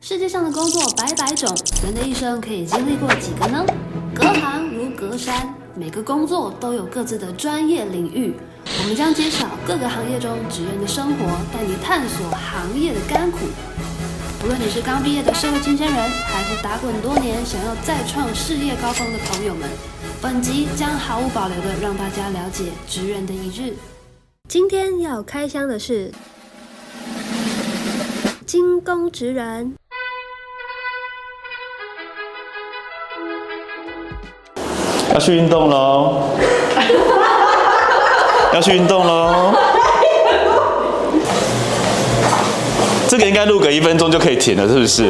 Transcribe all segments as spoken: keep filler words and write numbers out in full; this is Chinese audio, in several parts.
世界上的工作百百种，人的一生可以经历过几个呢？隔行如隔山，每个工作都有各自的专业领域。我们将揭晓各个行业中职人的生活，带你探索行业的甘苦。不论你是刚毕业的社会新鲜人，还是打滚多年想要再创事业高峰的朋友们，本集将毫无保留的让大家了解职人的一日。今天要开箱的是精工职人。 要去运动喽！要去运动喽！这个应该录个一分钟就可以停了，是不是？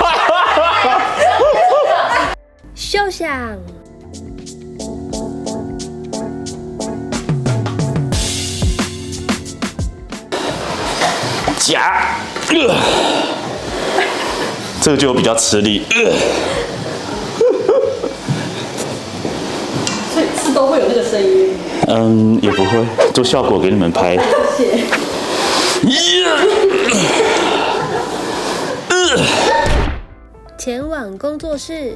休想！ 夹，呃，这个就比较吃力。呃所以是都会有那个声音？ 嗯，也不会，做效果给你们拍。 谢谢。 前往工作室。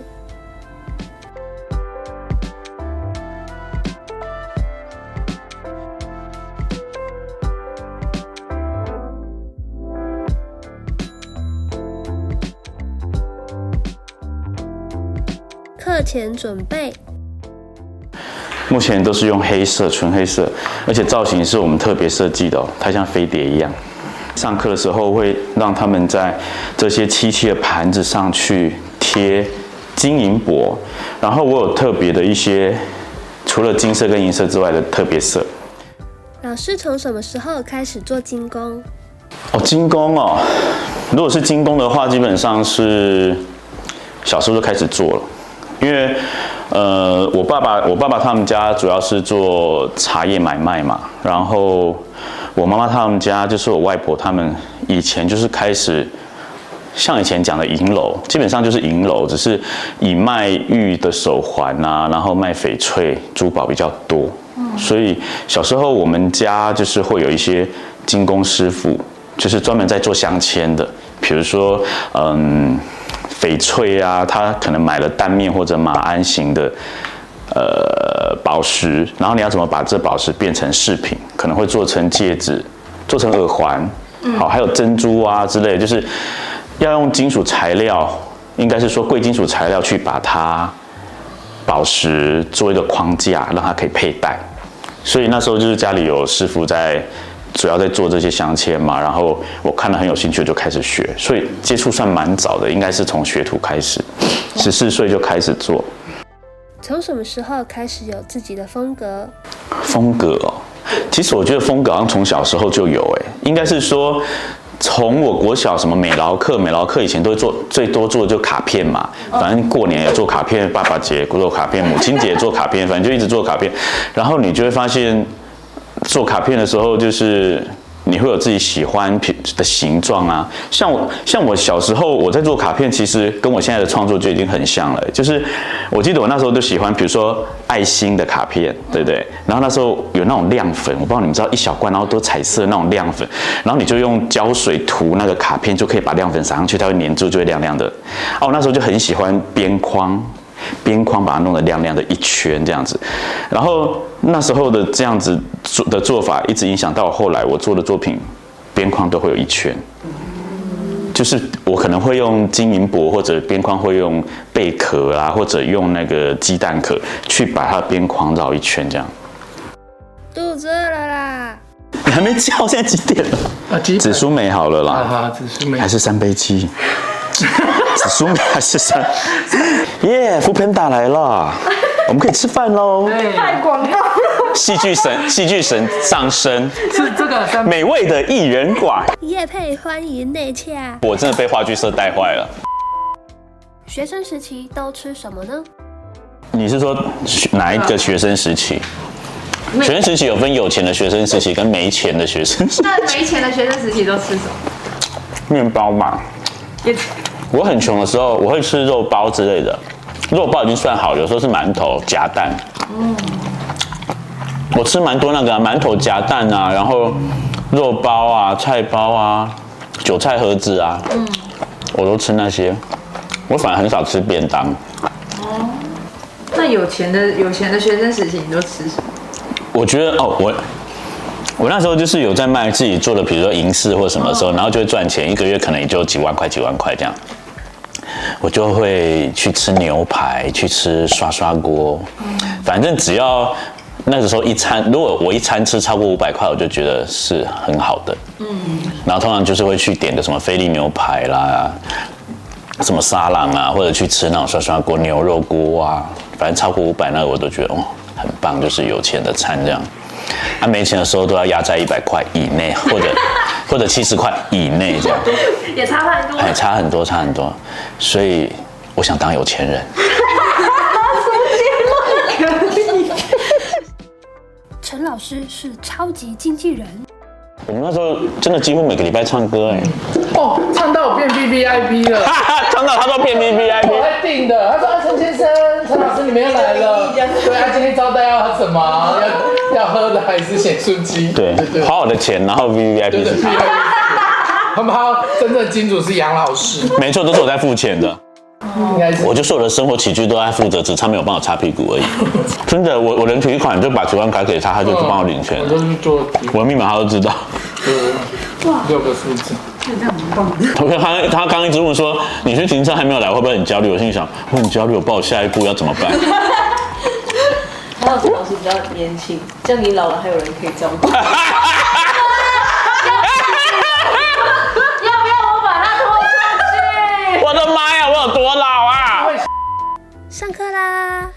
课前准备。 目前都是用黑色，纯黑色，而且造型是我们特别设计的哦，它像飞碟一样。上课的时候会让他们在这些漆器的盘子上去贴金银箔，然后我有特别的一些，除了金色跟银色之外的特别色。 老师从什么时候开始做精工？ 哦，精工哦，如果是精工的话，基本上是小时候就开始做了。因为，呃，我爸爸，我爸爸他们家主要是做茶叶买卖嘛，然后我妈妈他们家就是我外婆他们以前就是开始，像以前讲的银楼，基本上就是银楼，只是以卖玉的手环啊，然后卖翡翠珠宝比较多，所以小时候我们家就是会有一些精工师傅，就是专门在做镶嵌的，比如说，嗯。翡翠啊，他可能买了单面或者马鞍型的呃宝石，然后你要怎么把这宝石变成饰品？可能会做成戒指，做成耳环，好，还有珍珠啊之类，就是要用金属材料，应该是说贵金属材料去把它宝石做一个框架，让它可以佩戴。所以那时候就是家里有师傅在。主要在做这些镶嵌嘛，然后我看了很有兴趣，就开始学，所以接触算蛮早的，应该是从学徒开始，十四岁就开始做。 从什么时候开始有自己的风格？ 风格哦，其实我觉得风格好像从小时候就有，哎，应该是说从我国小什么美劳课，美劳课以前都会做，最多做的就卡片嘛，反正过年也做卡片，爸爸节做卡片，母亲节也做卡片，反正就一直做卡片，然后你就会发现。做卡片的时候，就是你会有自己喜欢的形状啊。像我，像我小时候我在做卡片，其实跟我现在的创作就已经很像了。就是我记得我那时候就喜欢，比如说爱心的卡片，对不对？然后那时候有那种亮粉，我不知道你们知道，一小罐，然后都彩色那种亮粉，然后你就用胶水涂那个卡片，就可以把亮粉撒上去，它会粘住，就会亮亮的。哦，我那时候就很喜欢边框。边框把它弄得亮亮的一圈这样子，然后那时候的这样子做的做法，一直影响到后来我做的作品，边框都会有一圈，就是我可能会用金银箔，或者边框会用贝壳啊，或者用那个鸡蛋壳去把它的边框绕一圈这样。 肚子饿了啦！ 你还没叫，现在几点了？啊，紫苏梅好了啦， 啊，紫苏梅还是三杯鸡。紫苏梅还是三，耶！福朋打来了，我们可以吃饭喽。 太广告了。 戏剧神，戏剧神上身， 是这个三美味的艺人馆。 业配欢迎内洽。 我真的被话剧社带坏了。 学生时期都吃什么呢？ 你是说哪一个学生时期？学生时期有分有钱的学生时期跟没钱的学生时期。 那没钱的学生时期都吃什么？ 面包嘛。我很穷的时候，我会吃肉包之类的，肉包已经算好，有时候是馒头夹蛋。嗯，我吃蛮多那个、啊、馒头夹蛋啊，然后肉包啊、菜包啊、韭菜盒子啊，嗯， 我都吃那些，我反而很少吃便当。 哦，那有钱的有钱的学生时期，你都吃什么？ 我觉得哦，我我那时候就是有在卖自己做的，比如说银饰或什么时候，然后就会赚钱，一个月可能也就几万块、几万块这样。我就会去吃牛排，去吃刷刷锅，反正只要那个时候一餐，如果我一餐吃超过五百块，我就觉得是很好的。嗯，然后通常就是会去点个什么菲力牛排啦，什么沙朗啊，或者去吃那种刷刷锅、牛肉锅啊，反正超过五百那个我都觉得哦很棒，就是有钱的餐这样。啊，没钱的时候都要压在一百块以内，或者或者七十块以内这样， 也差太多。 哎，差很多，差很多。所以我想当有钱人。 陈老师是超级经纪人。 我们那时候真的几乎每个礼拜唱歌哎。 哦，唱到我变 V V I P 了。 唱到他都变 V V I P。 我在订的，他说啊，陈先生，陈老师你们又来了。对啊，今天招待要什么？要要喝的还是咸酥鸡？ 对对，花我的钱，然后 V V I P 是他。 他们还有真正的金主是杨老师。 没错，都是我在付钱的。 应该是。 我就说我的生活起居都在负责，只差没有帮我擦屁股而已。真的，我我连提款就把提款卡给他，他就去帮我领钱。 我就去做， 我的密码他都知道。 哇，六个数字。 这样很棒的。 他他刚刚一直问说，你去停车还没有来，会不会很焦虑？我心里想，我很焦虑，我不知道我下一步要怎么办。 还有陈老师比较年轻，这样你老了还有人可以照顾。 要不要我把他拖出去？ 我的妈呀，我有多老啊！ 上课啦！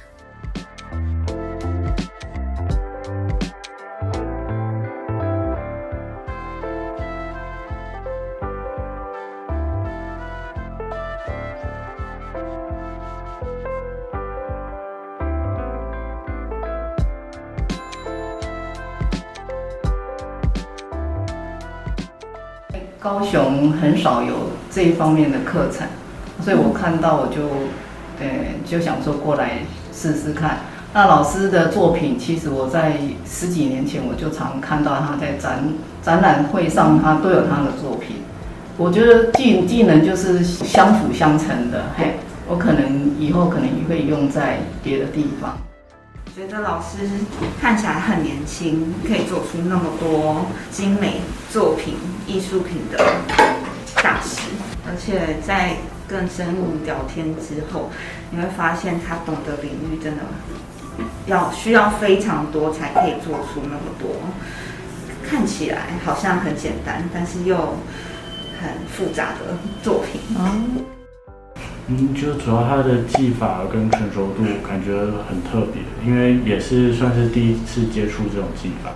高雄很少有这一方面的课程，所以我看到我就，呃，就想说过来试试看。那老师的作品，其实我在十几年前我就常看到他在展展览会上，他都有他的作品。我觉得技技能就是相辅相成的，嘿，我可能以后可能也会用在别的地方。 觉得老师看起来很年轻，可以做出那么多精美作品、艺术品的大师，而且在更深入聊天之后，你会发现他懂得领域真的要需要非常多才可以做出那么多，看起来好像很简单，但是又很复杂的作品。 嗯嗯，就主要他的技法跟成熟度感觉很特别，因为也是算是第一次接触这种技法。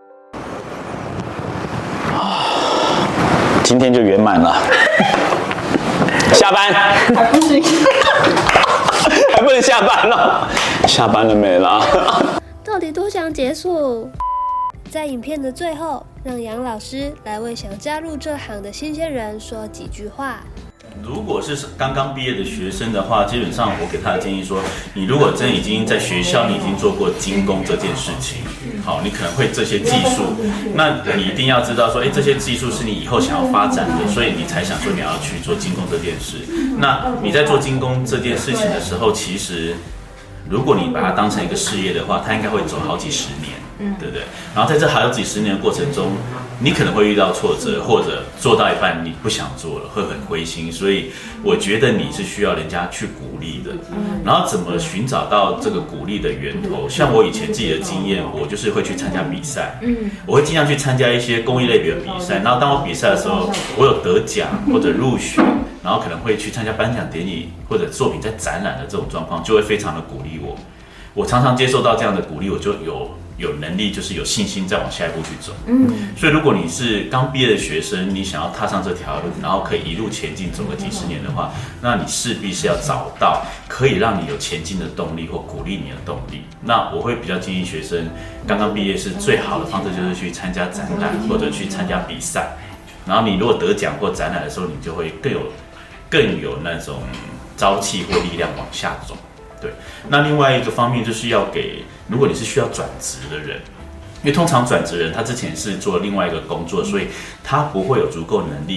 今天就圆满了，下班还不行， 还不能下班了，下班了没啦？ 到底多想结束？在影片的最后，让杨老师来为想加入这行的新鲜人说几句话。 如果是刚刚毕业的学生的话，基本上我给他的建议说，你如果真已经在学校你已经做过精工这件事情，好，你可能会这些技术，那你一定要知道说，哎，这些技术是你以后想要发展的，所以你才想说你要去做精工这件事。那你在做精工这件事情的时候，其实如果你把它当成一个事业的话，它应该会走好几十年。嗯，对不对？然后在这好几十年的过程中，你可能会遇到挫折，或者做到一半你不想做了，会很灰心。所以我觉得你是需要人家去鼓励的。然后怎么寻找到这个鼓励的源头？像我以前自己的经验，我就是会去参加比赛，嗯，我会尽量去参加一些公益类别的比赛。然后当我比赛的时候，我有得奖或者入选，然后可能会去参加颁奖典礼或者作品在展览的这种状况，就会非常的鼓励我。我常常接受到这样的鼓励，我就有。有能力就是有信心再往下一步去走。嗯，所以如果你是刚毕业的学生，你想要踏上这条路，然后可以一路前进走个几十年的话，那你势必是要找到可以让你有前进的动力或鼓励你的动力。那我会比较建议学生刚刚毕业是最好的方式就是去参加展览或者去参加比赛，然后你如果得奖或展览的时候，你就会更有更有那种朝气或力量往下走。对，那另外一个方面就是要给，如果你是需要转职的人，因为通常转职人他之前是做另外一个工作，所以他不会有足够能力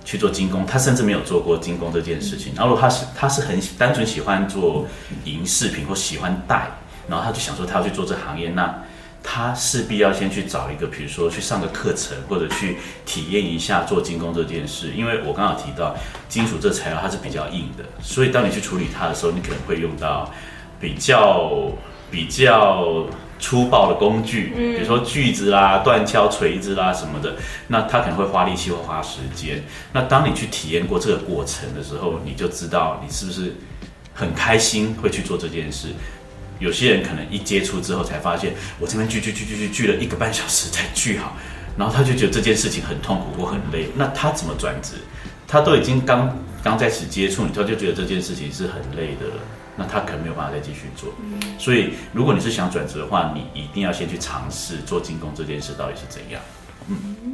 去做精工，他甚至没有做过精工这件事情。然后他是他是很单纯喜欢做银饰品或喜欢戴，然后他就想说他要去做这行业，那他势必要先去找一个，比如说去上个课程，或者去体验一下做精工这件事。因为我刚刚有提到金属这材料它是比较硬的，所以当你去处理它的时候，你可能会用到比较比较粗暴的工具，比如说锯子啦、断敲、锤子啦什么的，那它可能会花力气或花时间。那当你去体验过这个过程的时候，你就知道你是不是很开心会去做这件事。有些人可能一接触之后才发现，我这边锯锯锯锯锯锯了一个半小时才锯好，然后他就觉得这件事情很痛苦或很累。那他怎么转职？他都已经刚刚在此接触，他就觉得这件事情是很累的了。那他可能没有办法再继续做，所以如果你是想转职的话，你一定要先去尝试做精工这件事到底是怎样。嗯。